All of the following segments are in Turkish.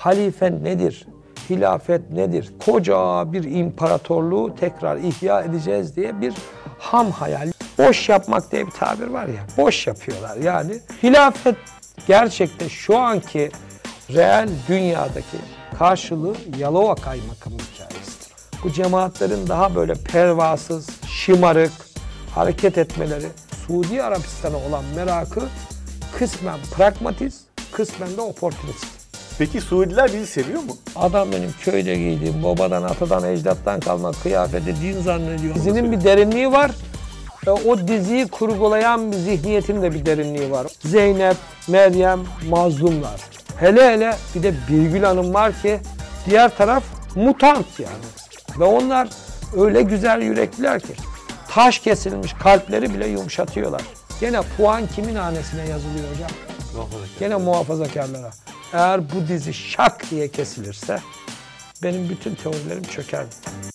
halife nedir? Hilafet nedir? Koca bir imparatorluğu tekrar ihya edeceğiz diye bir ham hayal. Boş yapmak diye bir tabir var ya, boş yapıyorlar yani. Hilafet gerçekten şu anki reel dünyadaki karşılığı Yalova kaymakamı hikayesidir. Bu cemaatlerin daha böyle pervasız, şımarık hareket etmeleri, Suudi Arabistan'a olan merakı kısmen pragmatist, kısmen de oportunist. Peki Suudiler bizi seviyor mu? Adam benim köyde giydiğim, babadan, atadan, ecdattan kalma kıyafeti din zannediyor. Dizinin bir derinliği var. O diziyi kurgulayan bir zihniyetin de bir derinliği var. Zeynep, Meryem, mazlumlar. Hele bir de Birgül Hanım var ki diğer taraf mutant yani. Ve onlar öyle güzel yürekliler ki taş kesilmiş kalpleri bile yumuşatıyorlar. Gene puan kimin hanesine yazılıyor hocam? Gene muhafazakarlara. Eğer bu dizi şak diye kesilirse benim bütün teorilerim çöker.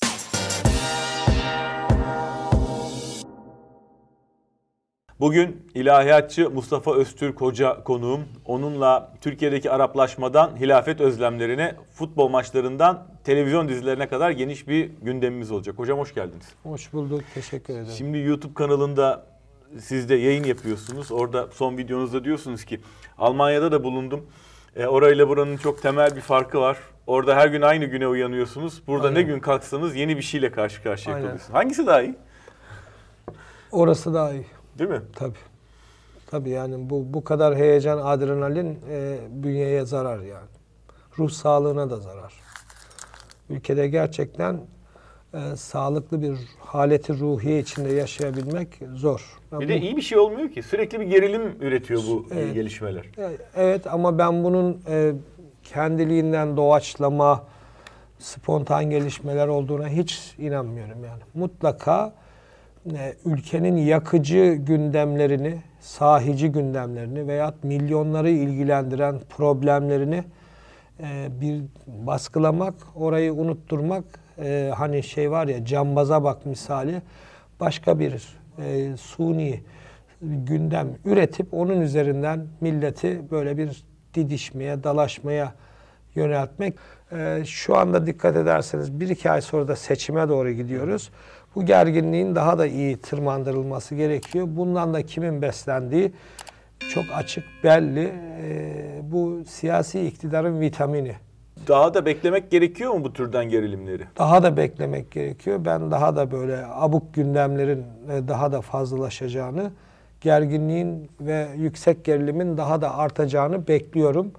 Bugün ilahiyatçı Mustafa Öztürk Hoca konuğum. Onunla Türkiye'deki Araplaşmadan hilafet özlemlerine, futbol maçlarından televizyon dizilerine kadar geniş bir gündemimiz olacak. Hocam hoş geldiniz. Hoş bulduk, teşekkür ederim. Şimdi YouTube kanalında siz de yayın yapıyorsunuz. Orada son videonuzda diyorsunuz ki Almanya'da da bulundum. Orayla buranın çok temel bir farkı var. Orada her gün aynı güne uyanıyorsunuz. Burada aynen. Ne gün kalksanız yeni bir şeyle karşı karşıya kalıyorsunuz. Hangisi daha iyi? Orası daha iyi. Değil mi? Tabii yani bu kadar heyecan, adrenalin bünyeye zarar yani. Ruh sağlığına da zarar. Ülkede gerçekten sağlıklı bir haleti ruhiye içinde yaşayabilmek zor. Bir de iyi bir şey olmuyor ki. Sürekli bir gerilim üretiyor bu gelişmeler. Evet ama ben bunun kendiliğinden doğaçlama, spontan gelişmeler olduğuna hiç inanmıyorum yani. Mutlaka ülkenin yakıcı gündemlerini, sahici gündemlerini veyahut milyonları ilgilendiren problemlerini bir baskılamak, orayı unutturmak, hani şey var ya cambaza bak misali, başka bir suni gündem üretip onun üzerinden milleti böyle bir didişmeye, dalaşmaya yöneltmek. Şu anda dikkat ederseniz 1-2 ay sonra da seçime doğru gidiyoruz. Bu gerginliğin daha da iyi tırmandırılması gerekiyor. Bundan da kimin beslendiği çok açık, belli. Bu siyasi iktidarın vitamini. Daha da beklemek gerekiyor mu bu türden gerilimleri? Daha da beklemek gerekiyor. Ben daha da böyle abuk gündemlerin daha da fazlalaşacağını, gerginliğin ve yüksek gerilimin daha da artacağını bekliyorum.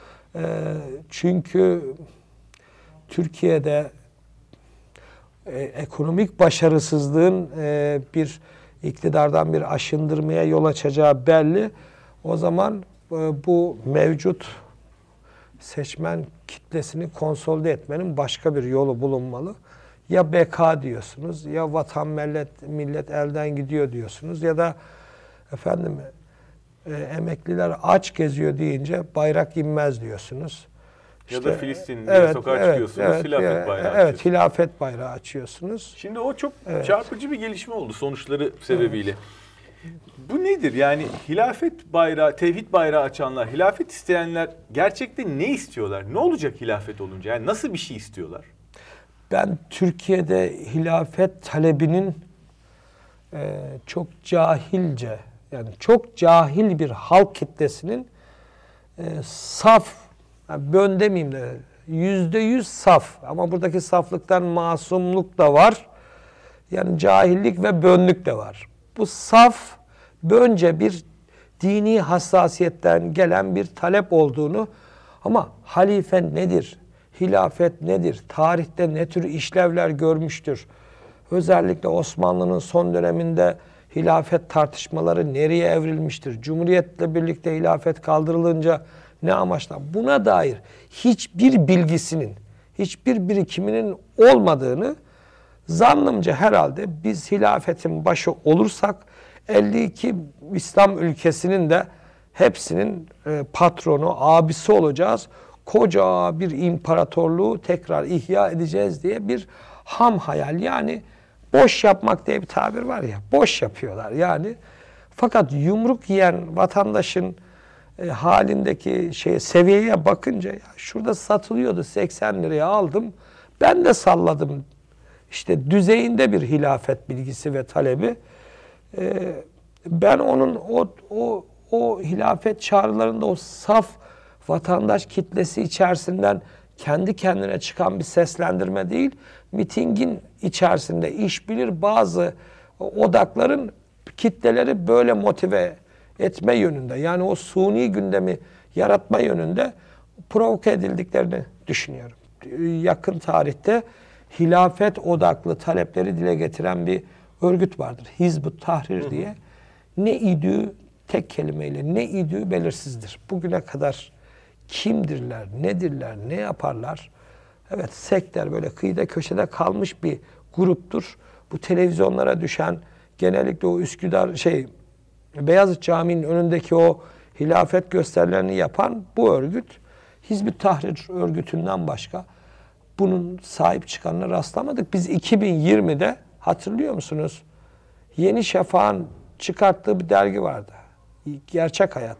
Çünkü Türkiye'de ekonomik başarısızlığın bir iktidardan bir aşındırmaya yol açacağı belli. O zaman bu mevcut seçmen kitlesini konsolide etmenin başka bir yolu bulunmalı. Ya beka diyorsunuz, ya vatan millet elden gidiyor diyorsunuz ya da efendim emekliler aç geziyor deyince bayrak inmez diyorsunuz. Ya da Filistin'de sokağa çıkıyorsunuz, hilafet bayrağı açıyorsunuz. Evet, hilafet bayrağı açıyorsunuz. Şimdi o çok çarpıcı bir gelişme oldu sonuçları sebebiyle. Evet. Bu nedir? Yani hilafet bayrağı, tevhid bayrağı açanlar, hilafet isteyenler gerçekten ne istiyorlar? Ne olacak hilafet olunca? Yani nasıl bir şey istiyorlar? Ben Türkiye'de hilafet talebinin çok cahilce, yani çok cahil bir halk kitlesinin saf, yani bön demeyeyim de %100 saf, ama buradaki saflıktan masumluk da var. Yani cahillik ve bönlük de var. Bu saf, bönce bir dini hassasiyetten gelen bir talep olduğunu, ama halife nedir, hilafet nedir, tarihte ne tür işlevler görmüştür, özellikle Osmanlı'nın son döneminde hilafet tartışmaları nereye evrilmiştir, Cumhuriyet'le birlikte hilafet kaldırılınca ne amaçla, buna dair hiçbir bilgisinin, hiçbir birikiminin olmadığını, zannımca herhalde biz hilafetin başı olursak 52 İslam ülkesinin de hepsinin patronu, abisi olacağız. Koca bir imparatorluğu tekrar ihya edeceğiz diye bir ham hayal. Yani boş yapmak diye bir tabir var ya, boş yapıyorlar yani. Fakat yumruk yiyen vatandaşın halindeki seviyeye bakınca ya şurada satılıyordu 80 liraya aldım. Ben de salladım. İşte düzeyinde bir hilafet bilgisi ve talebi. Ben onun o hilafet çağrılarında o saf vatandaş kitlesi içerisinden kendi kendine çıkan bir seslendirme değil, mitingin içerisinde işbilir bazı odakların kitleleri böyle motive etme yönünde, yani o suni gündemi yaratma yönünde provoke edildiklerini düşünüyorum. Yakın tarihte hilafet odaklı talepleri dile getiren bir örgüt vardır. Hizb-ı Tahrir diye. Ne idüğü tek kelimeyle ne idüğü belirsizdir. Bugüne kadar kimdirler, nedirler, ne yaparlar? Evet, sekter böyle kıyıda köşede kalmış bir gruptur. Bu televizyonlara düşen genellikle o Üsküdar Beyazıt Camii'nin önündeki o hilafet gösterilerini yapan bu örgüt Hizb-ı Tahrir örgütünden başka bunun sahip çıkanına rastlamadık. Biz 2020'de hatırlıyor musunuz? Yeni Şafak'ın çıkarttığı bir dergi vardı. Gerçek Hayat.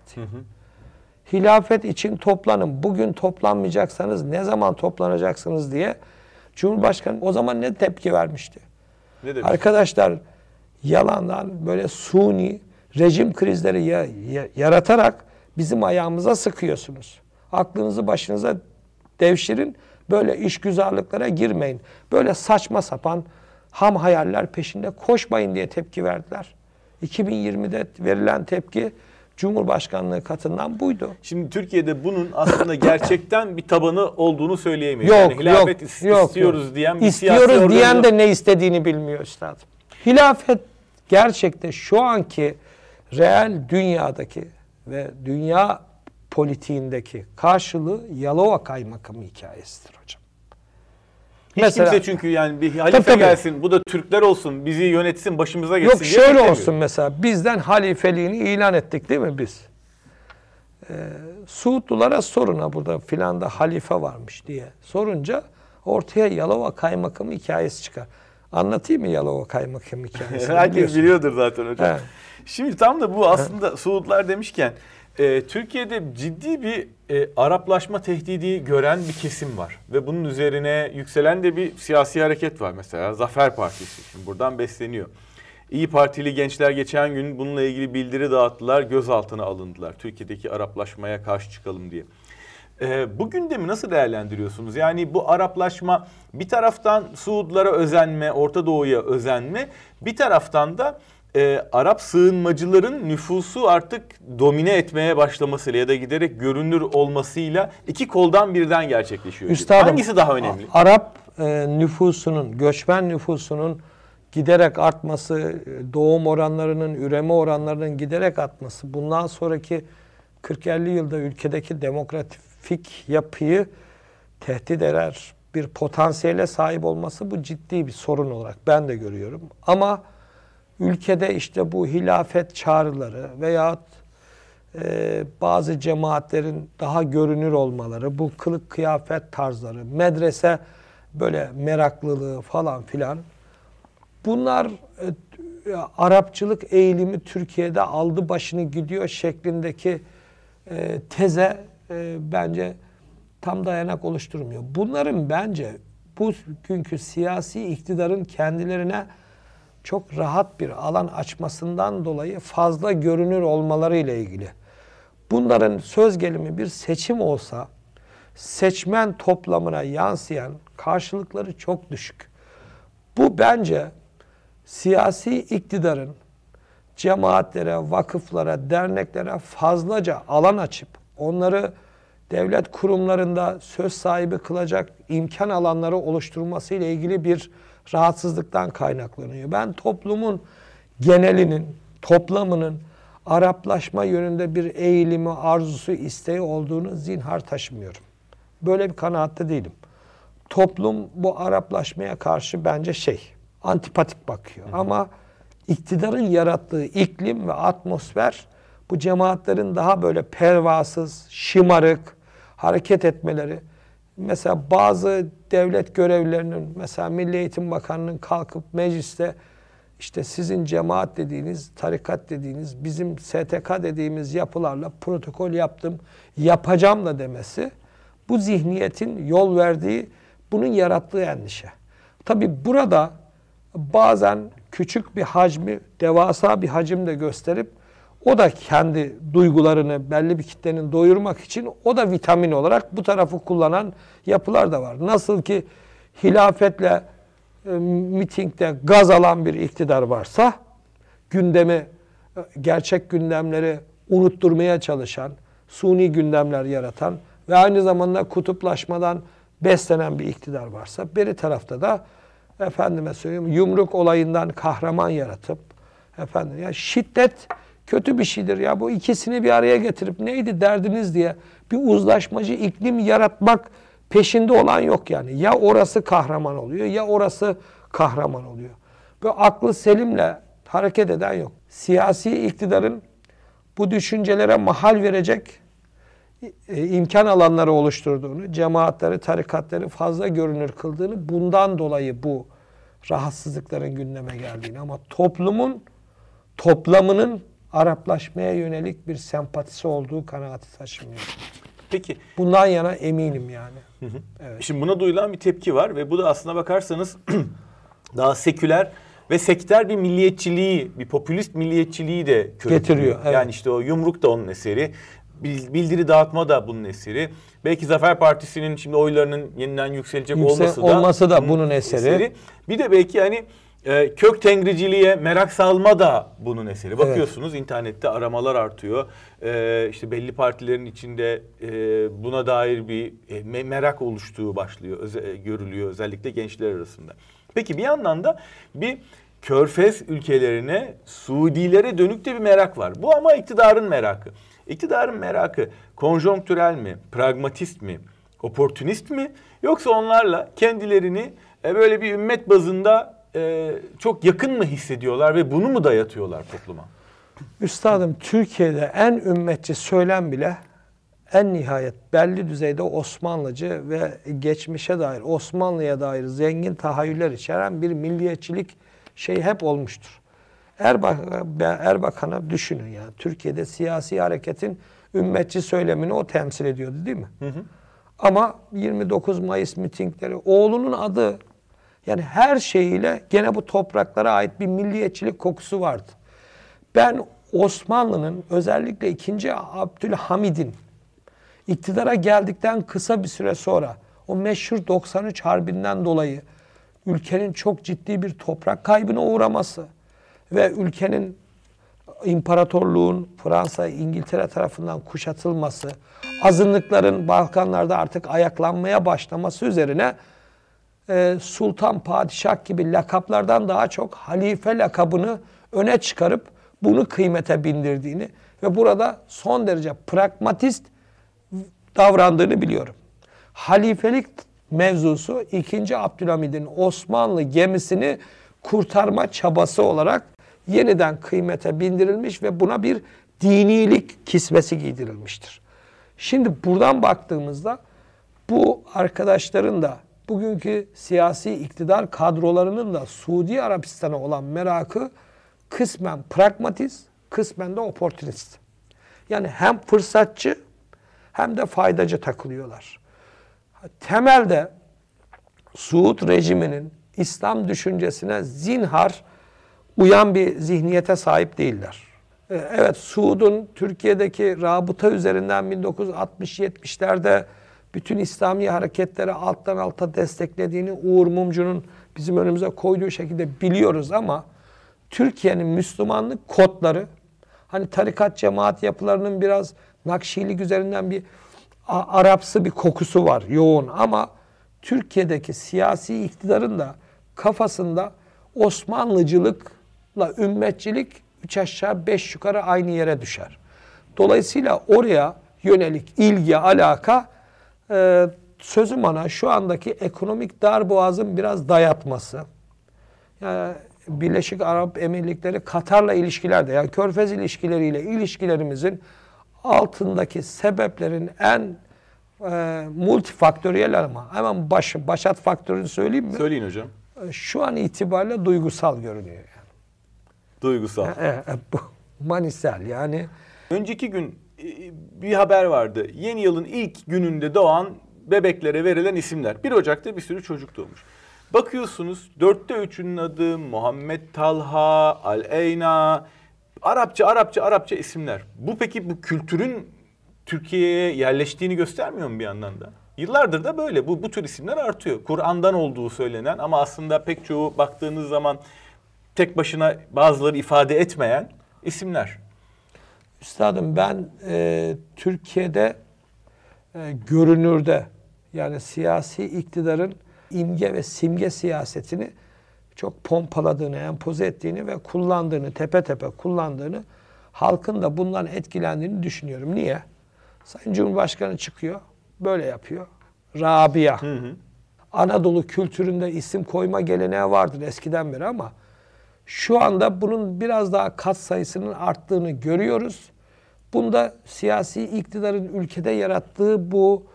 Hilafet için toplanın. Bugün toplanmayacaksanız ne zaman toplanacaksınız diye Cumhurbaşkanı o zaman ne tepki vermişti? Ne demiş? Arkadaşlar yalandan böyle suni rejim krizleri yaratarak bizim ayağımıza sıkıyorsunuz. Aklınızı başınıza devşirin. Böyle işgüzarlıklara girmeyin. Böyle saçma sapan ham hayaller peşinde koşmayın diye tepki verdiler. 2020'de verilen tepki Cumhurbaşkanlığı katından buydu. Şimdi Türkiye'de bunun aslında gerçekten bir tabanı olduğunu söyleyemeyiz. Yani hilafet istiyoruz diyen bir İstiyoruz diyen de ne istediğini bilmiyor üstadım. Hilafet gerçekte şu anki reel dünyadaki ve dünya politiğindeki karşılığı Yalova kaymakamı hikayesidir hocam. Hiç kimse çünkü yani bir halife gelsin, bu da Türkler olsun, bizi yönetsin, başımıza geçsin diye şöyle olsun mesela, bizden halifeliğini ilan ettik değil mi biz? Suudlulara sorun burada filanda halife varmış diye sorunca ortaya Yalova kaymakamı hikayesi çıkar. Anlatayım mı Yalova kaymakamı hikayesini? Herkes biliyordur zaten hocam. Evet. Şimdi tam da bu aslında Suudlar demişken Türkiye'de ciddi bir Araplaşma tehdidi gören bir kesim var. Ve bunun üzerine yükselen de bir siyasi hareket var mesela. Zafer Partisi. Şimdi buradan besleniyor. İyi Partili gençler geçen gün bununla ilgili bildiri dağıttılar. Gözaltına alındılar. Türkiye'deki Araplaşmaya karşı çıkalım diye. Bu gündemi nasıl değerlendiriyorsunuz? Yani bu Araplaşma bir taraftan Suudlara özenme, Orta Doğu'ya özenme, bir taraftan da Arap sığınmacıların nüfusu artık domine etmeye başlamasıyla ya da giderek görünür olmasıyla iki koldan birden gerçekleşiyor. Üstadım, hangisi daha önemli? Arap nüfusunun, göçmen nüfusunun giderek artması, doğum oranlarının, üreme oranlarının giderek artması, bundan sonraki 40-50 yılda ülkedeki demografik yapıyı tehdit eder bir potansiyele sahip olması, bu ciddi bir sorun olarak ben de görüyorum. Ama ülkede işte bu hilafet çağrıları veyahut bazı cemaatlerin daha görünür olmaları, bu kılık kıyafet tarzları, medrese böyle meraklılığı falan filan, bunlar Arapçılık eğilimi Türkiye'de aldı başını gidiyor şeklindeki teze bence tam dayanak oluşturmuyor. Bunların bence bugünkü siyasi iktidarın kendilerine çok rahat bir alan açmasından dolayı fazla görünür olmaları ile ilgili. Bunların söz gelimi bir seçim olsa seçmen toplamına yansıyan karşılıkları çok düşük. Bu bence siyasi iktidarın cemaatlere, vakıflara, derneklere fazlaca alan açıp onları devlet kurumlarında söz sahibi kılacak imkan alanları oluşturması ile ilgili bir rahatsızlıktan kaynaklanıyor. Ben toplumun genelinin, toplamının Araplaşma yönünde bir eğilimi, arzusu, isteği olduğunu zinhar taşımıyorum. Böyle bir kanaatte değilim. Toplum bu Araplaşmaya karşı bence antipatik bakıyor. Ama iktidarın yarattığı iklim ve atmosfer bu cemaatlerin daha böyle pervasız, şımarık hareket etmeleri. Mesela bazı devlet görevlilerinin, mesela Milli Eğitim Bakanı'nın kalkıp mecliste işte sizin cemaat dediğiniz, tarikat dediğiniz, bizim STK dediğimiz yapılarla protokol yaptım, yapacağım da demesi, bu zihniyetin yol verdiği, bunun yarattığı endişe. Tabii burada bazen küçük bir hacmi, devasa bir hacim de gösterip, o da kendi duygularını belli bir kitlenin doyurmak için o da vitamin olarak bu tarafı kullanan yapılar da var. Nasıl ki hilafetle mitingde gaz alan bir iktidar varsa, gündemi, gerçek gündemleri unutturmaya çalışan, suni gündemler yaratan ve aynı zamanda kutuplaşmadan beslenen bir iktidar varsa, beri tarafta da efendime söyleyeyim yumruk olayından kahraman yaratıp, efendim ya şiddet kötü bir şeydir ya, bu ikisini bir araya getirip neydi derdiniz diye bir uzlaşmacı iklim yaratmak peşinde olan yok yani. Ya orası kahraman oluyor ya orası kahraman oluyor. Böyle aklı selimle hareket eden yok. Siyasi iktidarın bu düşüncelere mahal verecek imkan alanları oluşturduğunu, cemaatleri, tarikatları fazla görünür kıldığını, bundan dolayı bu rahatsızlıkların gündeme geldiğini, ama toplamının Araplaşmaya yönelik bir sempatisi olduğu kanaati taşımıyor. Peki. Bundan yana eminim yani. Evet. Şimdi buna duyulan bir tepki var ve bu da aslına bakarsanız daha seküler ve sektör bir milliyetçiliği, bir popülist milliyetçiliği de getiriyor. Evet. Yani işte o yumruk da onun eseri, bildiri dağıtma da bunun eseri. Belki Zafer Partisi'nin şimdi oylarının yeniden yükselecek olması da bunun eseri. Bir de belki hani kök tengriciliğe merak salma da bunun eseri. Bakıyorsunuz internette aramalar artıyor. İşte belli partilerin içinde buna dair bir merak oluştuğu görülüyor özellikle gençler arasında. Peki bir yandan da bir Körfez ülkelerine, Suudilere dönük de bir merak var. Bu ama iktidarın merakı. İktidarın merakı konjonktürel mi, pragmatist mi, oportunist mi? Yoksa onlarla kendilerini böyle bir ümmet bazında çok yakın mı hissediyorlar ve bunu mu dayatıyorlar topluma? Üstadım, Türkiye'de en ümmetçi söylem bile en nihayet belli düzeyde Osmanlıcı ve geçmişe dair, Osmanlı'ya dair zengin tahayyüller içeren bir milliyetçilik hep olmuştur. Erbakan'ı düşünün yani. Türkiye'de siyasi hareketin ümmetçi söylemini o temsil ediyordu değil mi? Hı hı. Ama 29 Mayıs mitingleri, oğlunun adı, yani her şeyiyle gene bu topraklara ait bir milliyetçilik kokusu vardı. Ben Osmanlı'nın özellikle 2. Abdülhamid'in iktidara geldikten kısa bir süre sonra o meşhur 93 Harbi'nden dolayı ülkenin çok ciddi bir toprak kaybına uğraması ve ülkenin imparatorluğun Fransa, İngiltere tarafından kuşatılması, azınlıkların Balkanlarda artık ayaklanmaya başlaması üzerine sultan, padişah gibi lakaplardan daha çok halife lakabını öne çıkarıp bunu kıymete bindirdiğini ve burada son derece pragmatist davrandığını biliyorum. Halifelik mevzusu 2. Abdülhamid'in Osmanlı gemisini kurtarma çabası olarak yeniden kıymete bindirilmiş ve buna bir dinilik kisvesi giydirilmiştir. Şimdi buradan baktığımızda bu arkadaşların da bugünkü siyasi iktidar kadrolarının da Suudi Arabistan'a olan merakı kısmen pragmatist, kısmen de oportunist. Yani hem fırsatçı hem de faydacı takılıyorlar. Temelde Suud rejiminin İslam düşüncesine zinhar uyan bir zihniyete sahip değiller. Evet, Suud'un Türkiye'deki rabıta üzerinden 1960-70'lerde bütün İslami hareketleri alttan alta desteklediğini Uğur Mumcu'nun bizim önümüze koyduğu şekilde biliyoruz ama Türkiye'nin Müslümanlık kodları, hani tarikat cemaat yapılarının biraz Nakşilik üzerinden bir Arapsı bir kokusu var yoğun, ama Türkiye'deki siyasi iktidarın da kafasında Osmanlıcılıkla ümmetçilik 3 aşağı 5 yukarı aynı yere düşer. Dolayısıyla oraya yönelik ilgi, alaka, sözüm ona şu andaki ekonomik darboğazın biraz dayatması. Yani Birleşik Arap Emirlikleri, Katar'la ilişkilerde, yani Körfez ilişkileriyle ilişkilerimizin altındaki sebeplerin en multifaktöriyel, ama hemen başat faktörünü söyleyeyim mi? Söyleyin hocam. Şu an itibariyle duygusal görünüyor. Yani. Duygusal. Bu manisel yani. Önceki gün bir haber vardı. Yeni yılın ilk gününde doğan bebeklere verilen isimler. 1 Ocak'ta bir sürü çocuk doğmuş. Bakıyorsunuz 3'ünün adı Muhammed Talha, Aleyna, Arapça isimler. Bu peki bu kültürün Türkiye'ye yerleştiğini göstermiyor mu bir yandan da? Yıllardır da böyle bu tür isimler artıyor. Kur'an'dan olduğu söylenen ama aslında pek çoğu baktığınız zaman tek başına bazıları ifade etmeyen isimler. Üstadım ben Türkiye'de görünürde yani siyasi iktidarın imge ve simge siyasetini çok pompaladığını, empoze ettiğini ve kullandığını, tepe tepe kullandığını, halkın da bundan etkilendiğini düşünüyorum. Niye? Sayın Cumhurbaşkanı çıkıyor, böyle yapıyor. Rabia. Anadolu kültüründe isim koyma geleneği vardır eskiden beri ama şu anda bunun biraz daha kat sayısının arttığını görüyoruz. Bunda siyasi iktidarın ülkede yarattığı bu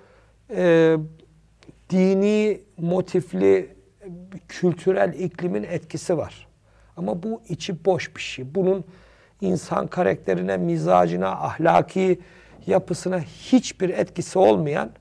dini motifli kültürel iklimin etkisi var. Ama bu içi boş bir şey. Bunun insan karakterine, mizacına, ahlaki yapısına hiçbir etkisi olmayan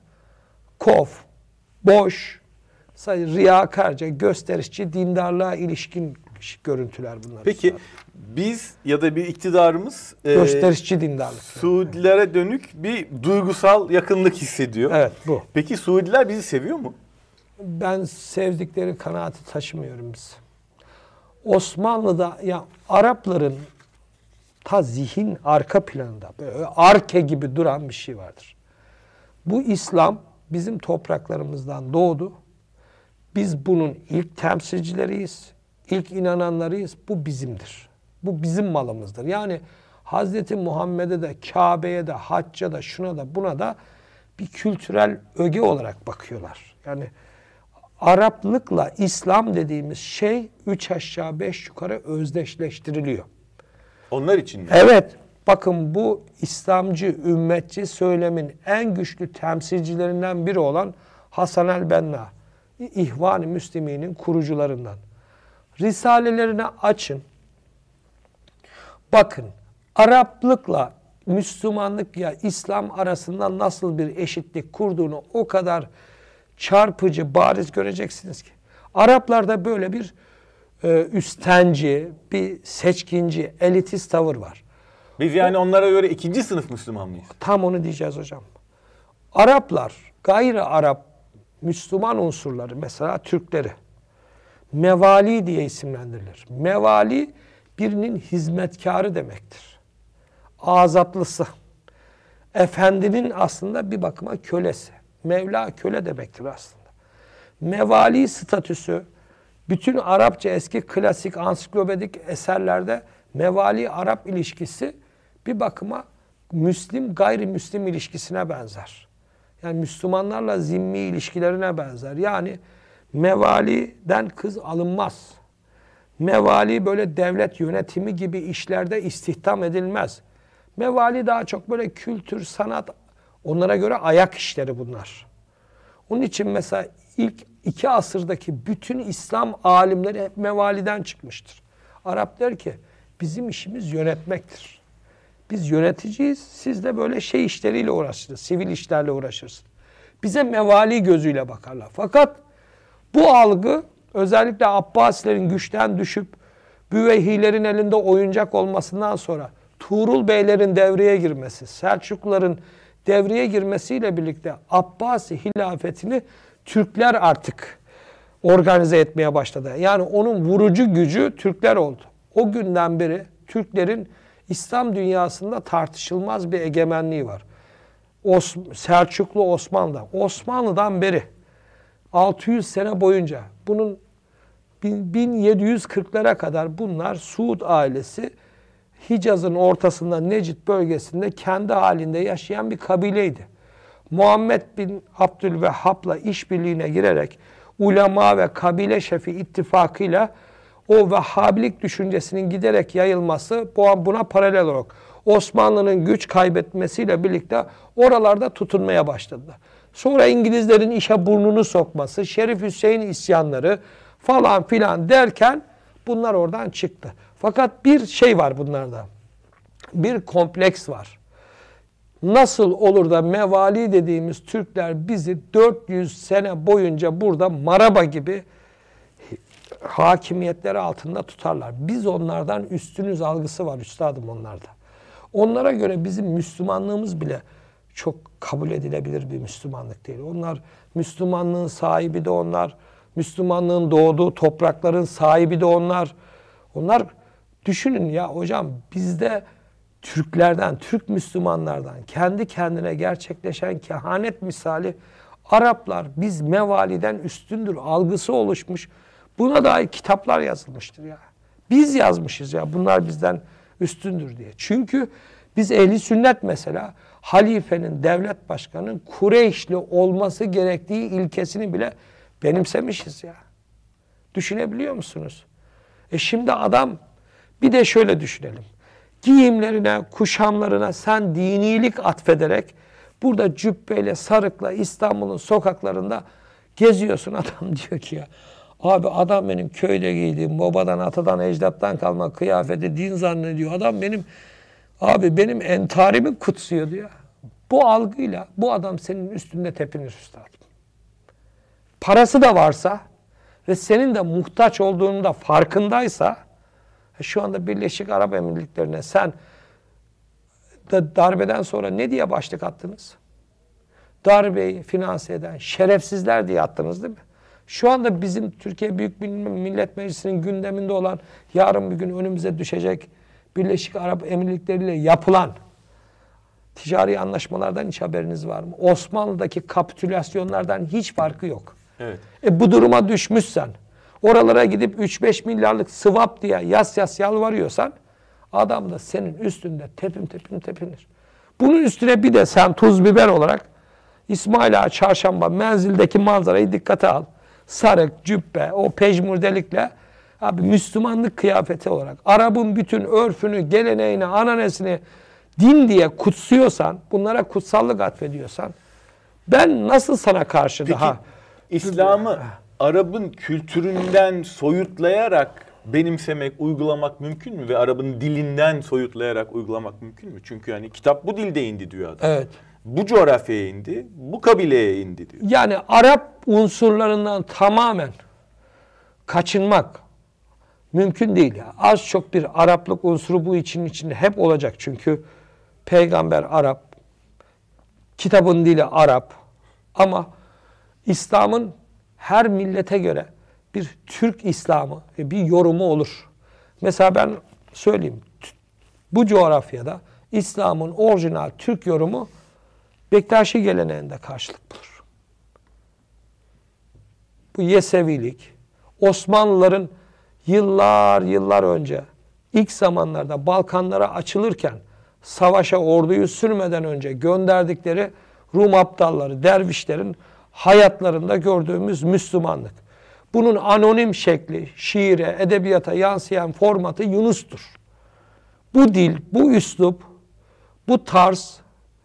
boş, riyakarca, gösterişçi, dindarlığa ilişkin görüntüler bunlar. Peki biz ya da bir iktidarımız gösterişçi dindarlık. Suudilere dönük bir duygusal yakınlık hissediyor. Evet, bu. Peki Suudiler bizi seviyor mu? Ben sevdikleri kanaati taşımıyorum biz. Osmanlı'da ya Arapların ta zihin arka planında böyle arke gibi duran bir şey vardır. Bu İslam bizim topraklarımızdan doğdu. Biz bunun ilk temsilcileriyiz. İlk inananlarıyız. Bu bizimdir. Bu bizim malımızdır. Yani Hazreti Muhammed'e de, Kabe'ye de, Hacca da, şuna da, buna da bir kültürel öge olarak bakıyorlar. Yani Araplıkla İslam dediğimiz şey 3 aşağı 5 yukarı özdeşleştiriliyor. Onlar için mi? Evet. Bakın bu İslamcı, ümmetçi söylemin en güçlü temsilcilerinden biri olan Hasan el-Benna, İhvan-ı Müslümin'in kurucularından. Risalelerini açın. Bakın Araplıkla Müslümanlık ya İslam arasında nasıl bir eşitlik kurduğunu o kadar çarpıcı, bariz göreceksiniz ki. Araplarda böyle bir üstenci, bir seçkinci, elitist tavır var. Biz yani onlara göre 2. sınıf Müslüman mıyız? Tam onu diyeceğiz hocam. Araplar, gayri Arap Müslüman unsurları, mesela Türkleri, mevali diye isimlendirilir. Mevali birinin hizmetkarı demektir. Azatlısı. Efendinin aslında bir bakıma kölesi. Mevla köle demektir aslında. Mevali statüsü bütün Arapça eski klasik ansiklopedik eserlerde mevali Arap ilişkisi bir bakıma Müslim gayrimüslim ilişkisine benzer. Yani Müslümanlarla zimmi ilişkilerine benzer. Yani mevaliden kız alınmaz. Mevali böyle devlet yönetimi gibi işlerde istihdam edilmez. Mevali daha çok böyle kültür, sanat, onlara göre ayak işleri bunlar. Onun için mesela ilk 2 asırdaki bütün İslam alimleri hep mevaliden çıkmıştır. Arap der ki bizim işimiz yönetmektir. Biz yöneticiyiz, siz de böyle şey işleriyle uğraşırsınız, sivil işlerle uğraşırsınız. Bize mevali gözüyle bakarlar. Fakat bu algı özellikle Abbasilerin güçten düşüp Büveyhilerin elinde oyuncak olmasından sonra Tuğrul Beylerin devreye girmesi, Selçukluların devreye girmesiyle birlikte Abbasi hilafetini Türkler artık organize etmeye başladı. Yani onun vurucu gücü Türkler oldu. O günden beri Türklerin İslam dünyasında tartışılmaz bir egemenliği var. Selçuklu Osmanlı. Osmanlı'dan beri 600 sene boyunca bunun 1740'lara kadar bunlar Suud ailesi Hicaz'ın ortasında Necid bölgesinde kendi halinde yaşayan bir kabileydi. Muhammed bin Abdülvehhab'la işbirliğine girerek ulema ve kabile şefi ittifakıyla o Vehhabilik düşüncesinin giderek yayılması buna paralel olarak Osmanlı'nın güç kaybetmesiyle birlikte oralarda tutunmaya başladı. Sonra İngilizlerin işe burnunu sokması, Şerif Hüseyin isyanları falan filan derken Bunlar oradan çıktı. Fakat bir şey var bunlarda. Bir kompleks var. Nasıl olur da mevali dediğimiz Türkler bizi 400 sene boyunca burada maraba gibi hakimiyetleri altında tutarlar. Biz onlardan üstünüz algısı var üstadım onlarda. Onlara göre bizim Müslümanlığımız bile çok kabul edilebilir bir Müslümanlık değil. Onlar Müslümanlığın sahibi de onlar. Müslümanlığın doğduğu toprakların sahibi de onlar. Onlar düşünün ya hocam bizde Türklerden, Türk Müslümanlardan kendi kendine gerçekleşen kehanet misali Araplar biz mevaliden üstündür algısı oluşmuş. Buna dair kitaplar yazılmıştır ya. Biz yazmışız ya bunlar bizden üstündür diye. Çünkü biz ehli sünnet mesela halifenin, devlet başkanının Kureyşli olması gerektiği ilkesini bile benimsemişiz ya. Düşünebiliyor musunuz? Şimdi adam bir de şöyle düşünelim. Giyimlerine, kuşamlarına sen dinilik atfederek burada cübbeyle, sarıkla İstanbul'un sokaklarında geziyorsun. Adam diyor ki ya abi adam benim köyde giydiğim babadan, atadan, ecdattan kalma kıyafeti din zannediyor. Adam benim entarimi kutsuyor diyor. Bu algıyla bu adam senin üstünde tepinir üstadım. Parası da varsa ve senin de muhtaç olduğunu da farkındaysa şu anda Birleşik Arap Emirlikleri'ne sen darbeden sonra ne diye başlık attınız? Darbeyi finanse eden şerefsizler diye attınız değil mi? Şu anda bizim Türkiye Büyük Millet Meclisi'nin gündeminde olan yarın bir gün önümüze düşecek Birleşik Arap Emirlikleri ile yapılan ticari anlaşmalardan hiç haberiniz var mı? Osmanlı'daki kapitülasyonlardan hiç farkı yok. Evet. Bu duruma düşmüşsen, oralara gidip 3-5 milyarlık swap diye yas yalvarıyorsan adam da senin üstünde tepinir. Bunun üstüne bir de sen tuz biber olarak İsmail Ağa Çarşamba menzildeki manzarayı dikkate al. Sarık, cübbe, o pejmurdelikle abi Müslümanlık kıyafeti olarak Arap'ın bütün örfünü, geleneğini, ananesini din diye kutsuyorsan, bunlara kutsallık atfediyorsan ben nasıl sana karşı Peki, daha... İslam'ı Arap'ın kültüründen soyutlayarak benimsemek, uygulamak mümkün mü? Ve Arap'ın dilinden soyutlayarak uygulamak mümkün mü? Çünkü hani kitap bu dilde indi diyor adam. Evet. Bu coğrafyaya indi, bu kabileye indi diyor. Yani Arap unsurlarından tamamen kaçınmak mümkün değil. Ya. Az çok bir Araplık unsuru bu için içinde hep olacak. Çünkü peygamber Arap, kitabın dili Arap ama İslam'ın her millete göre bir Türk İslam'ı ve bir yorumu olur. Mesela ben söyleyeyim. Bu coğrafyada İslam'ın orijinal Türk yorumu Bektaşi geleneğinde karşılık bulur. Bu Yesevilik, Osmanlıların yıllar önce ilk zamanlarda Balkanlara açılırken savaşa orduyu sürmeden önce gönderdikleri Rum aptalları, dervişlerin hayatlarında gördüğümüz Müslümanlık. Bunun anonim şekli, şiire, edebiyata yansıyan formatı Yunus'tur. Bu dil, bu üslup, bu tarz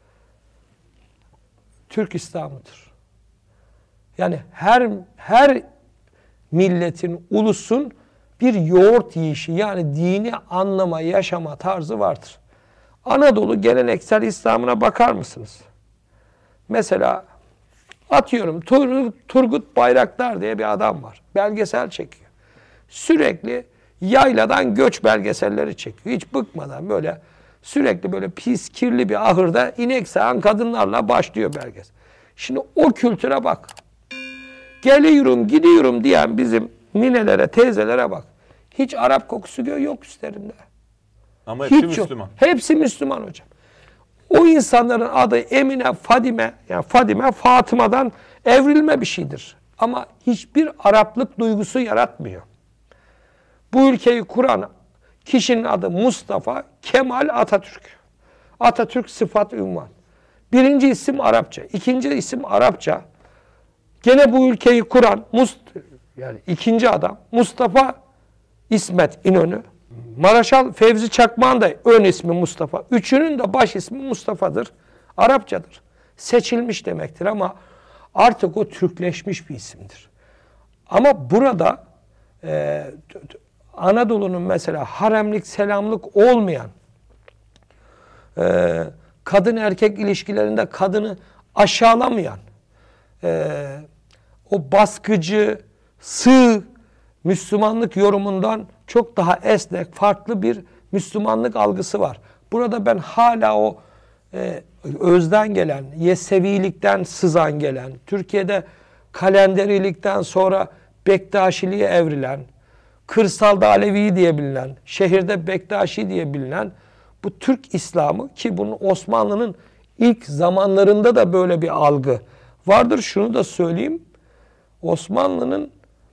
Türk İslam'ıdır. Yani her milletin, ulusun bir yoğurt yiyişi yani dini anlama, yaşama tarzı vardır. Anadolu geleneksel İslam'ına bakar mısınız? Mesela atıyorum Turgut Bayraktar diye bir adam var. Belgesel çekiyor. Sürekli yayladan göç belgeselleri çekiyor. Hiç bıkmadan böyle sürekli böyle pis, kirli bir ahırda inek sağan kadınlarla başlıyor belgesel. Şimdi o kültüre bak. Geliyorum, gidiyorum diyen bizim ninelere, teyzelere bak. Hiç Arap kokusu yok üstlerinde. Ama hepsi Hiç Müslüman. Yok. Hepsi Müslüman hocam. O insanların adı Emine, Fadime, yani Fadime, Fatıma'dan evrilme bir şeydir. Ama hiçbir Araplık duygusu yaratmıyor. Bu ülkeyi kuran kişinin adı Mustafa Kemal Atatürk. Atatürk sıfat ünvan. Birinci isim Arapça, ikinci isim Arapça. Gene bu ülkeyi kuran yani ikinci adam Mustafa İsmet İnönü. Maraşal Fevzi Çakmak'ın da ön ismi Mustafa. Üçünün de baş ismi Mustafa'dır. Arapçadır. Seçilmiş demektir ama artık o Türkleşmiş bir isimdir. Ama burada Anadolu'nun mesela haremlik, selamlık olmayan, kadın erkek ilişkilerinde kadını aşağılamayan, o baskıcı, sığ Müslümanlık yorumundan çok daha esnek, farklı bir Müslümanlık algısı var. Burada ben hala o özden gelen, Yesevilikten sızan gelen, Türkiye'de Kalenderilikten sonra Bektaşiliğe evrilen, kırsalda Alevi diye bilinen, şehirde Bektaşi diye bilinen bu Türk İslamı, ki bunun Osmanlı'nın ilk zamanlarında da böyle bir algı vardır. Şunu da söyleyeyim, Osmanlı'nın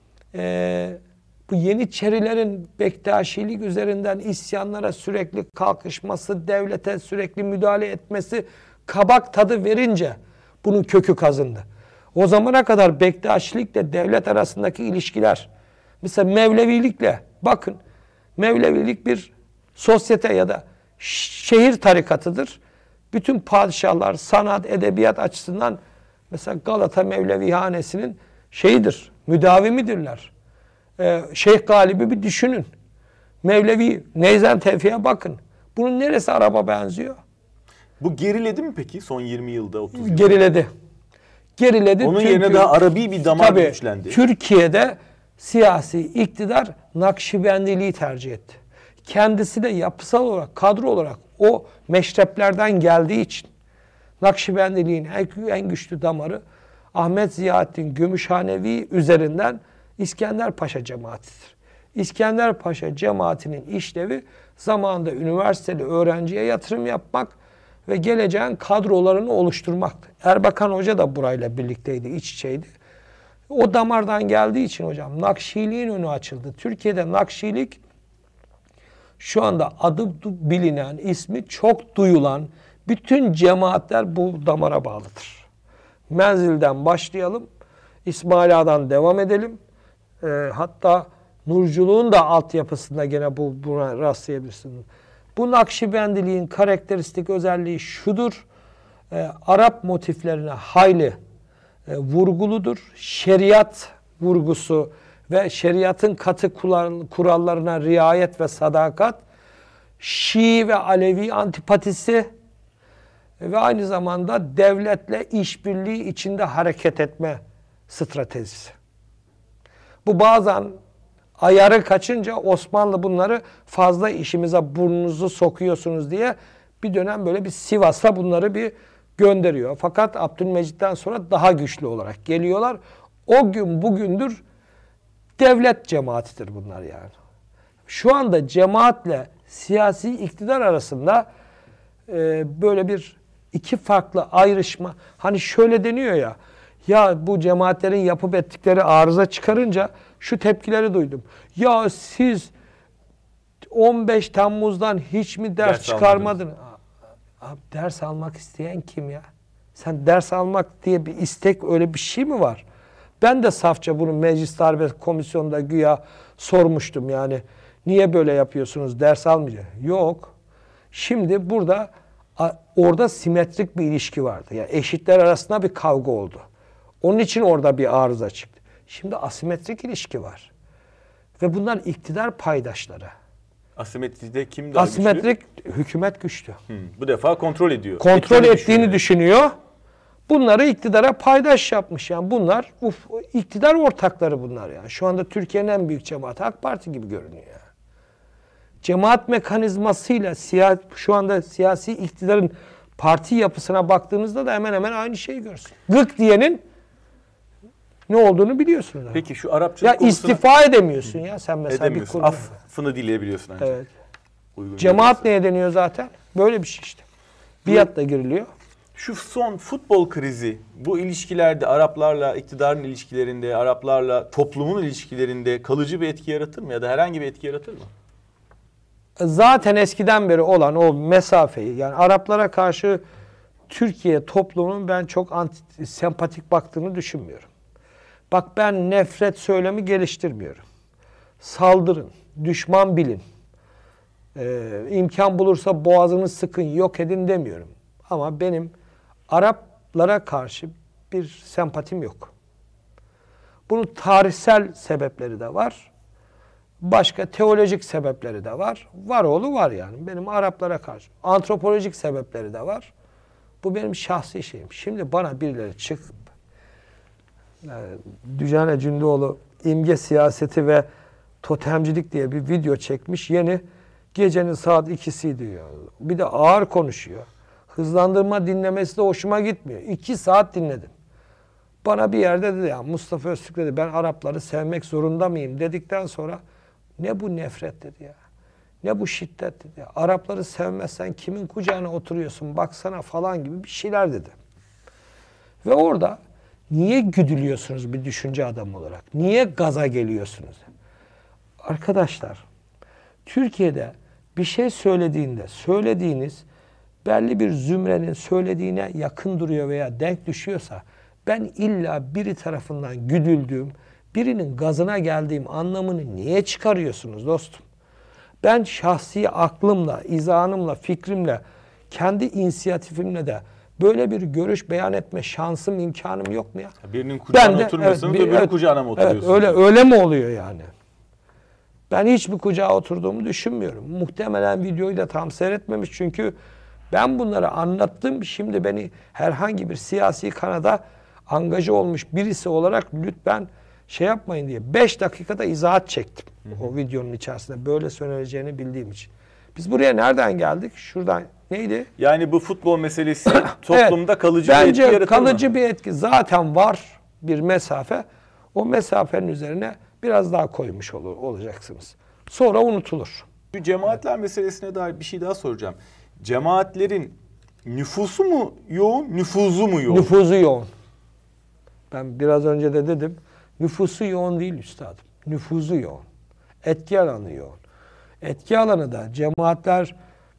bu Yeniçerilerin Bektaşilik üzerinden isyanlara sürekli kalkışması, devlete sürekli müdahale etmesi kabak tadı verince bunun kökü kazındı. O zamana kadar Bektaşilikle devlet arasındaki ilişkiler, mesela Mevlevilikle, bakın Mevlevilik bir sosyete ya da şehir tarikatıdır. Bütün padişahlar sanat, edebiyat açısından mesela Galata Mevlevihanesi'nin şeyidir, müdavimidirler. Şeyh Galip'i bir düşünün. Mevlevi, Neyzen Tevfik'e bakın. Bunun neresi Arap'a benziyor? Bu geriledi mi peki son 20 yılda, 30 yılda? Geriledi. Geriledi. Onun yerine daha Arabi bir damar güçlendi. Türkiye'de siyasi iktidar Nakşibendiliği tercih etti. Kendisi de yapısal olarak, kadro olarak o meşreplerden geldiği için Nakşibendiliğin en güçlü damarı Ahmet Ziyaettin Gümüşhanevi üzerinden İskender Paşa cemaatidir. İskender Paşa cemaatinin işlevi zamanında üniversiteli öğrenciye yatırım yapmak ve geleceğin kadrolarını oluşturmaktı. Erbakan Hoca da burayla birlikteydi, iç içeydi. O damardan geldiği için hocam Nakşiliğin önü açıldı. Türkiye'de Nakşilik şu anda adı bilinen, ismi çok duyulan bütün cemaatler bu damara bağlıdır. Menzil'den başlayalım, İsmail Ağa'dan devam edelim. Hatta Nurculuğun da altyapısında gene buna rastlayabilirsiniz. Bu Nakşibendiliğin karakteristik özelliği şudur: Arap motiflerine hayli vurguludur. Şeriat vurgusu ve şeriatın katı kurallarına riayet ve sadakat, Şii ve Alevi antipatisi ve aynı zamanda devletle işbirliği içinde hareket etme stratejisi. Bu bazen ayarı kaçınca Osmanlı bunları fazla işimize burnunuzu sokuyorsunuz diye bir dönem böyle bir Sivas'a bunları bir gönderiyor. Fakat Abdülmecit'ten sonra daha güçlü olarak geliyorlar. O gün bugündür devlet cemaatidir bunlar yani. Şu anda cemaatle siyasi iktidar arasında böyle bir iki farklı ayrışma. Hani şöyle deniyor ya, ya bu cemaatlerin yapıp ettikleri arıza çıkarınca şu tepkileri duydum. Ya siz 15 Temmuz'dan hiç mi ders çıkarmadınız? Abi ders almak isteyen kim ya? Sen ders almak diye bir istek, öyle bir şey mi var? Ben de safça bunu Meclis Darbe Komisyonu'nda güya sormuştum yani. Niye böyle yapıyorsunuz? Ders almayacak. Yok. Şimdi orada simetrik bir ilişki vardı. Yani eşitler arasında bir kavga oldu. Onun için orada bir arıza çıktı. Şimdi asimetrik ilişki var. Ve bunlar iktidar paydaşları. Asimetride kim daha asimetrik güçlü? Hükümet güçlü. Bu defa kontrol ediyor. Kontrol ettiğini düşünüyor. Bunları iktidara paydaş yapmış. Yani bunlar iktidar ortakları bunlar yani. Şu anda Türkiye'nin en büyük cemaati AK Parti gibi görünüyor yani. Cemaat mekanizmasıyla şu anda siyasi iktidarın parti yapısına baktığınızda da hemen hemen aynı şeyi görürsün. Gık diyenin ne olduğunu biliyorsunuz. Peki şu Arapçalık ya konusuna istifa edemiyorsun ya sen mesela bir kurum. Affını dileyebiliyorsun ancak. Evet. Cemaat neye deniyor zaten? Böyle bir şey işte. Biatla giriliyor. Şu son futbol krizi, bu ilişkilerde, Araplarla iktidarın ilişkilerinde, Araplarla toplumun ilişkilerinde kalıcı bir etki yaratır mı? Ya da herhangi bir etki yaratır mı? Zaten eskiden beri olan o mesafeyi, yani Araplara karşı Türkiye toplumunun ben çok sempatik baktığını düşünmüyorum. Bak ben nefret söylemi geliştirmiyorum. Saldırın, düşman bilin. İmkan bulursa boğazını sıkın, yok edin demiyorum. Ama benim Araplara karşı bir sempatim yok. Bunun tarihsel sebepleri de var. Başka teolojik sebepleri de var. Var oğlu var yani. Benim Araplara karşı. Antropolojik sebepleri de var. Bu benim şahsi şeyim. Şimdi bana birileri çıkıp Düjane Cündoğlu imge siyaseti ve totemcilik diye bir video çekmiş. Yeni gecenin saat 2'si diyor. Bir de ağır konuşuyor. Hızlandırma dinlemesi de hoşuma gitmiyor. 2 saat dinledim. Bana bir yerde dedi ya Mustafa Öztürk dedi ben Arapları sevmek zorunda mıyım dedikten sonra ne bu nefret dedi ya. Ne bu şiddet dedi ya. Arapları sevmezsen kimin kucağına oturuyorsun baksana falan gibi bir şeyler dedi. Ve orada niye güdülüyorsunuz bir düşünce adamı olarak? Niye gaza geliyorsunuz? Arkadaşlar Türkiye'de bir şey söylediğinde söylediğiniz belli bir zümrenin söylediğine yakın duruyor veya denk düşüyorsa ben illa biri tarafından güdüldüğüm, birinin gazına geldiğim anlamını niye çıkarıyorsunuz dostum? Ben şahsi aklımla, izanımla, fikrimle, kendi inisiyatifimle de böyle bir görüş beyan etme şansım, imkanım yok mu ya? Birinin kucağına oturmuyorsanız öbürünün kucağına mı oturuyorsunuz? Evet, öyle mi oluyor yani? Ben hiçbir kucağa oturduğumu düşünmüyorum. Muhtemelen videoyu da tam seyretmemiş çünkü ben bunları anlattım. Şimdi beni herhangi bir siyasi kanada angaja olmuş birisi olarak lütfen şey yapmayın diye 5 dakikada izahat çektim. O videonun içerisinde böyle söyleneceğini bildiğim için. Biz buraya nereden geldik? Şuradan neydi? Yani bu futbol meselesi toplumda evet, kalıcı bir etki yaratır mı? Bence kalıcı bir etki. Zaten var bir mesafe. O mesafenin üzerine biraz daha koymuş olacaksınız. Sonra unutulur. Şu cemaatler meselesine dair bir şey daha soracağım. Cemaatlerin nüfusu mu yoğun, nüfuzu mu yoğun? Nüfuzu yoğun. Ben biraz önce de dedim. Nüfusu yoğun değil üstadım. Nüfuzu yoğun. Etki alanı yoğun. Etki alanı da cemaatler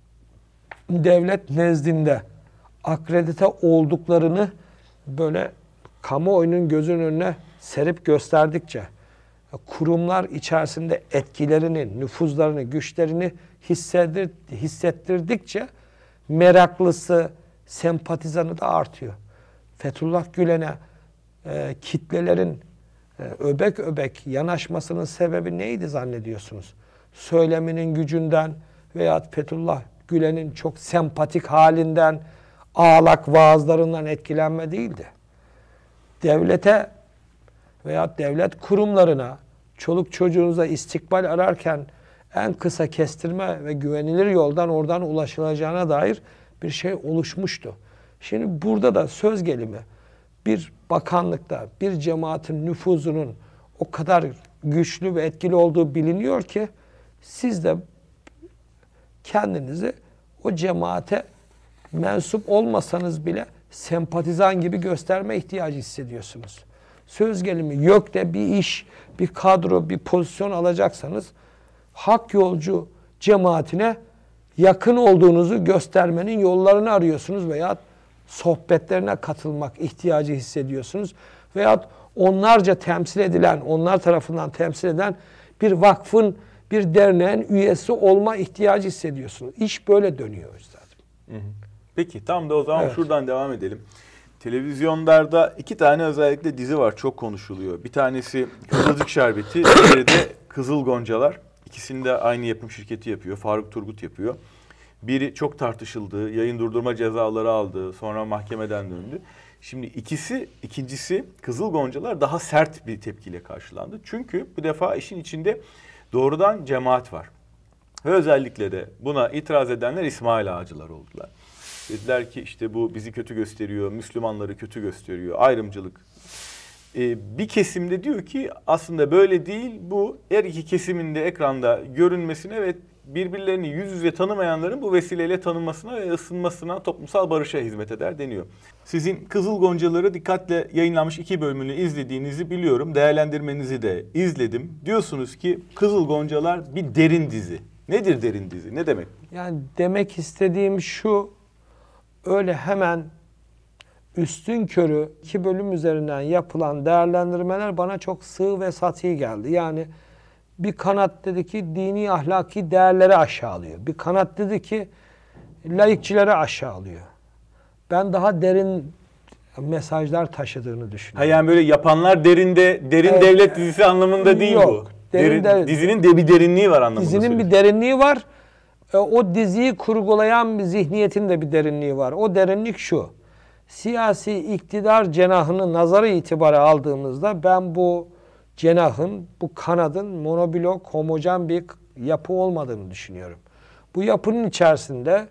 devlet nezdinde akredite olduklarını böyle kamuoyunun gözünün önüne serip gösterdikçe, kurumlar içerisinde etkilerini, nüfuzlarını, güçlerini hissettirdikçe meraklısı, sempatizanı da artıyor. Fethullah Gülen'e kitlelerin öbek öbek yanaşmasının sebebi neydi zannediyorsunuz? Söyleminin gücünden veya Fethullah Gülen'in çok sempatik halinden, ağlak vaazlarından etkilenme değildi. Devlete veya devlet kurumlarına, çoluk çocuğunuza istikbal ararken en kısa kestirme ve güvenilir yoldan oradan ulaşılacağına dair bir şey oluşmuştu. Şimdi burada da söz gelimi bir bakanlıkta bir cemaatin nüfuzunun o kadar güçlü ve etkili olduğu biliniyor ki siz de kendinizi o cemaate mensup olmasanız bile sempatizan gibi gösterme ihtiyacı hissediyorsunuz. Söz gelimi YÖK'te bir iş, bir kadro, bir pozisyon alacaksanız hak yolcu cemaatine yakın olduğunuzu göstermenin yollarını arıyorsunuz veya sohbetlerine katılmak ihtiyacı hissediyorsunuz veya onlarca temsil edilen, onlar tarafından temsil edilen bir vakfın, bir derneğin üyesi olma ihtiyacı hissediyorsunuz. İş böyle dönüyor zaten. Peki tam da o zaman şuradan devam edelim. Televizyonlarda 2 tane özellikle dizi var, çok konuşuluyor. Bir tanesi Kızılcık Şerbeti, diğeri de Kızıl Goncalar. İkisini de aynı yapım şirketi yapıyor, Faruk Turgut yapıyor. Biri çok tartışıldı, yayın durdurma cezaları aldı, sonra mahkemeden döndü. Şimdi ikincisi Kızıl Goncalar daha sert bir tepkiyle karşılandı. Çünkü bu defa işin içinde doğrudan cemaat var. Ve özellikle de buna itiraz edenler İsmail Ağacılar oldular. Dediler ki işte bu bizi kötü gösteriyor, Müslümanları kötü gösteriyor, ayrımcılık. Bir kesimde diyor ki aslında böyle değil, bu her iki kesimin de ekranda görünmesine ve birbirlerini yüz yüze tanımayanların bu vesileyle tanınmasına ve ısınmasına, toplumsal barışa hizmet eder deniyor. Sizin Kızıl Goncaları dikkatle yayınlanmış 2 bölümünü izlediğinizi biliyorum. Değerlendirmenizi de izledim. Diyorsunuz ki Kızıl Goncalar bir derin dizi. Nedir derin dizi? Ne demek? Yani demek istediğim şu, öyle hemen üstünkörü 2 bölüm üzerinden yapılan değerlendirmeler bana çok sığ ve sati geldi. Yani bir kanat dedi ki dini ahlaki değerleri aşağılıyor. Bir kanat dedi ki laikçileri aşağılıyor. Ben daha derin mesajlar taşıdığını düşünüyorum. Yani böyle yapanlar derin devlet dizisi anlamında değil yok, bu. Dizinin de bir derinliği var anlamında. Dizinin bir derinliği var. O diziyi kurgulayan bir zihniyetin de bir derinliği var. O derinlik şu. Siyasi iktidar cenahını nazara itibara aldığımızda ben bu cenahın, bu kanadın monoblok, homojen bir yapı olmadığını düşünüyorum. Bu yapının içerisinde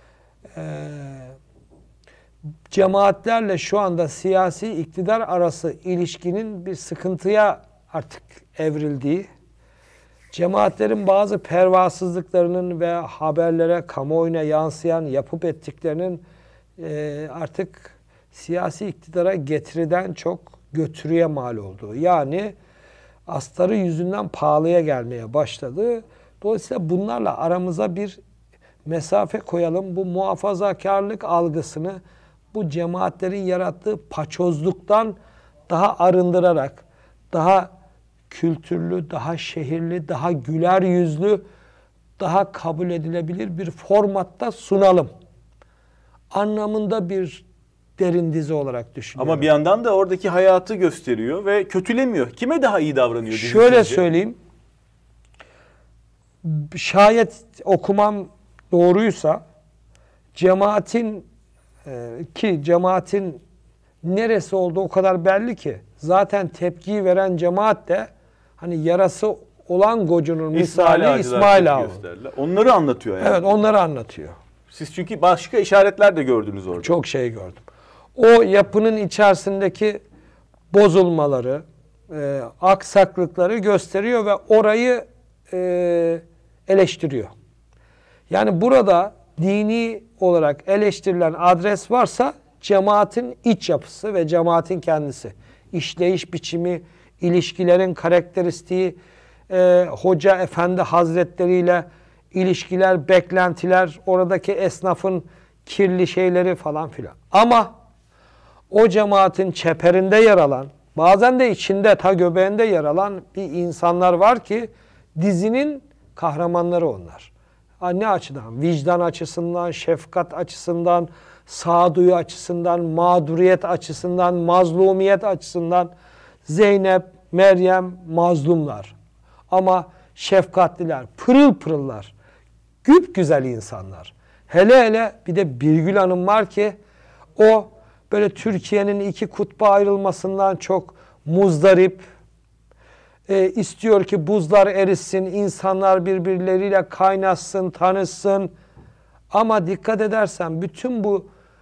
cemaatlerle şu anda siyasi iktidar arası ilişkinin bir sıkıntıya artık evrildiği, cemaatlerin bazı pervasızlıklarının ve haberlere, kamuoyuna yansıyan yapıp ettiklerinin artık siyasi iktidara getiriden çok götürüye mal olduğu. Yani astarı yüzünden pahalıya gelmeye başladı. Dolayısıyla bunlarla aramıza bir mesafe koyalım. Bu muhafazakarlık algısını bu cemaatlerin yarattığı paçozluktan daha arındırarak, daha kültürlü, daha şehirli, daha güler yüzlü, daha kabul edilebilir bir formatta sunalım anlamında bir derin dizi olarak düşünüyorum. Ama bir yandan da oradaki hayatı gösteriyor ve kötülemiyor. Kime daha iyi davranıyor? Şöyle söyleyeyim. Şayet okumam doğruysa cemaatin ki cemaatin neresi olduğu o kadar belli ki zaten tepkiyi veren cemaat de hani yarası olan gocunun misali İsmail Ağa. Onları anlatıyor yani. Evet, onları anlatıyor. Siz çünkü başka işaretler de gördünüz orada. Çok şey gördüm. O yapının içerisindeki bozulmaları, aksaklıkları gösteriyor ve orayı eleştiriyor. Yani burada dini olarak eleştirilen adres varsa cemaatin iç yapısı ve cemaatin kendisi. İşleyiş biçimi, ilişkilerin karakteristiği, hoca efendi hazretleriyle ilişkiler, beklentiler, oradaki esnafın kirli şeyleri falan filan. Ama o cemaatin çeperinde yer alan, bazen de içinde, ta göbeğinde yer alan bir insanlar var ki dizinin kahramanları onlar. Ne açıdan? Vicdan açısından, şefkat açısından, sağduyu açısından, mağduriyet açısından, mazlumiyet açısından Zeynep, Meryem mazlumlar. Ama şefkatliler, pırıl pırıllar, güzel insanlar. Hele hele bir de Birgül Hanım var ki o böyle Türkiye'nin iki kutba ayrılmasından çok muzdarip, istiyor ki buzlar erisin, insanlar birbirleriyle kaynaşsın, tanışsın. Ama dikkat edersen bütün bu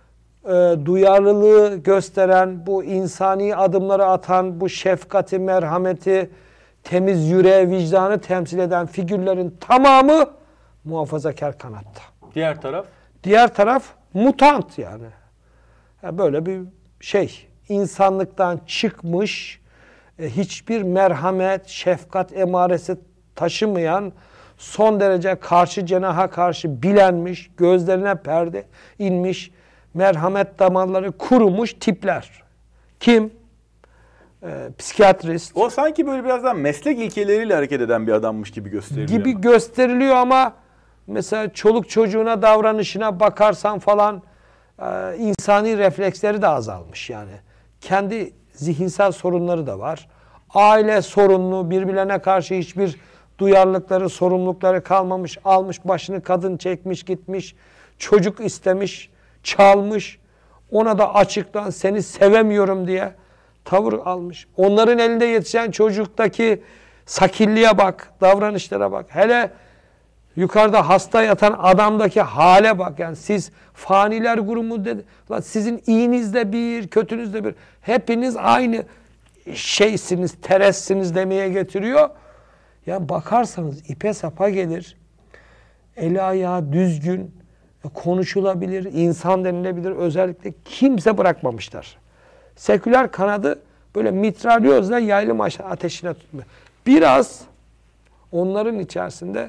duyarlılığı gösteren, bu insani adımları atan, bu şefkati, merhameti, temiz yüreği, vicdanı temsil eden figürlerin tamamı muhafazakar kanatta. Diğer taraf? Diğer taraf mutant yani. Böyle bir şey, insanlıktan çıkmış, hiçbir merhamet, şefkat emaresi taşımayan, son derece karşı cenaha karşı bilenmiş, gözlerine perde inmiş, merhamet damarları kurumuş tipler. Kim? Psikiyatrist. O sanki böyle birazdan meslek ilkeleriyle hareket eden bir adammış gibi gösteriliyor. Gibi gösteriliyor ama mesela çoluk çocuğuna davranışına bakarsan falan insani refleksleri de azalmış yani. Kendi zihinsel sorunları da var. Aile sorunlu, birbirlerine karşı hiçbir duyarlılıkları, sorumlulukları kalmamış, almış başını kadın çekmiş gitmiş, çocuk istemiş, çalmış, ona da açıktan seni sevemiyorum diye tavır almış. Onların elinde yetişen çocuktaki sakilliğe bak, davranışlara bak. Hele yukarıda hasta yatan adamdaki hale bak. Yani siz faniler grubu dedi. Lan sizin iyiniz de bir, kötünüz de bir. Hepiniz aynı şeysiniz, teressiniz demeye getiriyor. Ya bakarsanız ipe sapa gelir. Eli ayağı düzgün, konuşulabilir, insan denilebilir. Özellikle kimse bırakmamışlar. Seküler kanadı böyle mitralyözle yaylım ateşine tutmuyor. Biraz onların içerisinde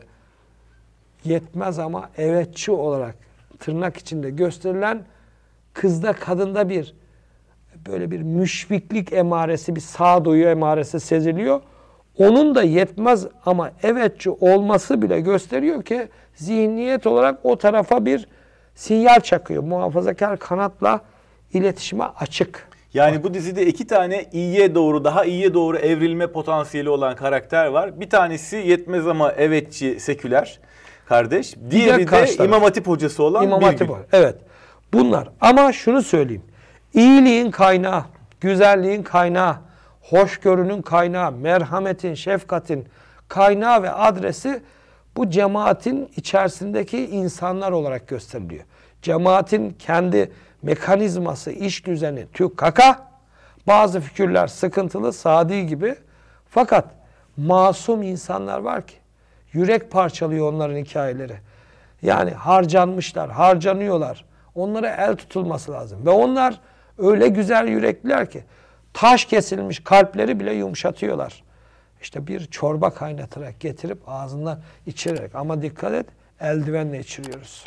yetmez ama evetçi olarak tırnak içinde gösterilen kızda kadında bir böyle bir müşfiklik emaresi, bir sağduyu emaresi seziliyor. Onun da yetmez ama evetçi olması bile gösteriyor ki zihniyet olarak o tarafa bir sinyal çakıyor. Muhafazakar kanatla iletişime açık. Yani bu dizide 2 tane iyiye doğru, daha iyiye doğru evrilme potansiyeli olan karakter var. Bir tanesi yetmez ama evetçi, seküler kardeş. Diğeri de İmam Hatip hocası olan İmam Hatip. Evet. Bunlar. Ama şunu söyleyeyim. İyiliğin kaynağı, güzelliğin kaynağı, hoşgörünün kaynağı, merhametin, şefkatin kaynağı ve adresi bu cemaatin içerisindeki insanlar olarak gösteriliyor. Cemaatin kendi mekanizması, iş düzeni tükaka, bazı fikirler sıkıntılı, Sadi gibi. Fakat masum insanlar var ki, yürek parçalıyor onların hikayeleri. Yani harcanmışlar, harcanıyorlar. Onlara el tutulması lazım. Ve onlar öyle güzel yürekliler ki, taş kesilmiş kalpleri bile yumuşatıyorlar. İşte bir çorba kaynatarak getirip ağzından içirerek, ama dikkat et, eldivenle içiriyoruz.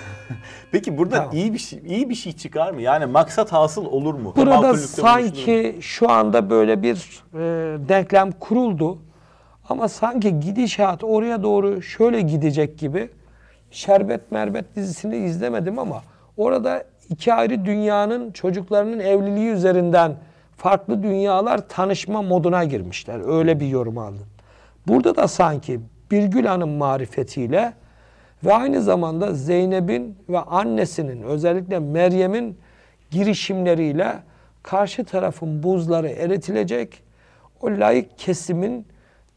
Peki burada tamam, iyi bir şey çıkar mı? Yani maksat hasıl olur mu? Burada sanki şu anda böyle bir denklem kuruldu. Ama sanki gidişat oraya doğru şöyle gidecek gibi. Şerbet Merbet dizisini izlemedim ama orada 2 ayrı dünyanın çocuklarının evliliği üzerinden farklı dünyalar tanışma moduna girmişler. Öyle bir yorum aldım. Burada da sanki Birgül Hanım marifetiyle ve aynı zamanda Zeynep'in ve annesinin, özellikle Meryem'in girişimleriyle karşı tarafın buzları eritilecek, o laik kesimin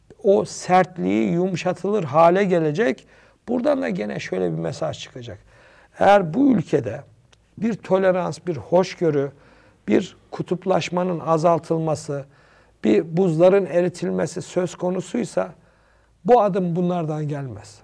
o sertliği yumuşatılır hale gelecek. Buradan da gene şöyle bir mesaj çıkacak. Eğer bu ülkede bir tolerans, bir hoşgörü, bir kutuplaşmanın azaltılması, bir buzların eritilmesi söz konusuysa bu adım bunlardan gelmez.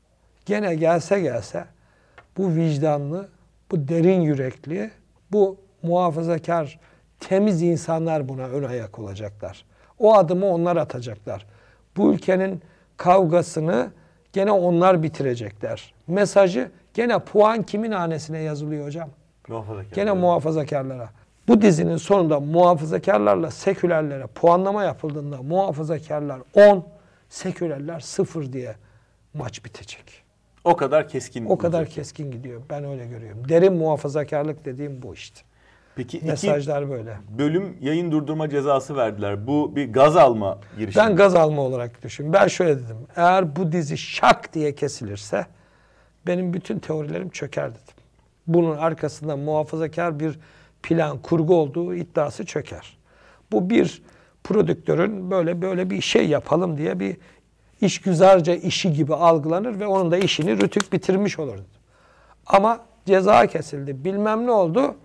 Gene gelse bu vicdanlı, bu derin yürekli, bu muhafazakar, temiz insanlar buna ön ayak olacaklar. O adımı onlar atacaklar. Bu ülkenin kavgasını gene onlar bitirecekler. Mesajı gene puan kimin hanesine yazılıyor hocam? Gene muhafazakarlara. Bu dizinin sonunda muhafazakarlarla sekülerlere puanlama yapıldığında muhafazakarlar 10, sekülerler 0 diye maç bitecek. O kadar keskin. O kadar keskin gidiyor. Ben öyle görüyorum. Derin muhafazakarlık dediğim bu işte. Peki mesajlar böyle. Bölüm yayın durdurma cezası verdiler. Bu bir gaz alma girişimi. Ben gaz alma olarak düşünüyorum. Ben şöyle dedim. Eğer bu dizi şak diye kesilirse benim bütün teorilerim çöker dedim. Bunun arkasında muhafazakar bir plan, kurgu olduğu iddiası çöker. Bu bir prodüktörün böyle bir şey yapalım diye bir işgüzarca işi gibi algılanır ve onun da işini rütük bitirmiş olur dedim. Ama ceza kesildi. Bilmem ne oldu.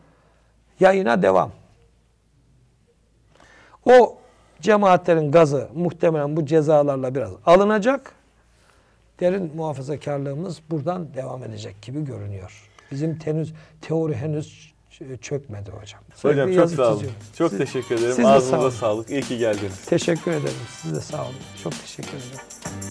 Yayına devam. O cemaatlerin gazı muhtemelen bu cezalarla biraz alınacak. Derin muhafazakarlığımız buradan devam edecek gibi görünüyor. Bizim teori henüz çökmedi hocam. Hocam çok sağ olun. Çok teşekkür ederim. Ağzınıza sağlık. İyi ki geldiniz. Teşekkür ederim. Siz de sağ olun. Çok teşekkür ederim.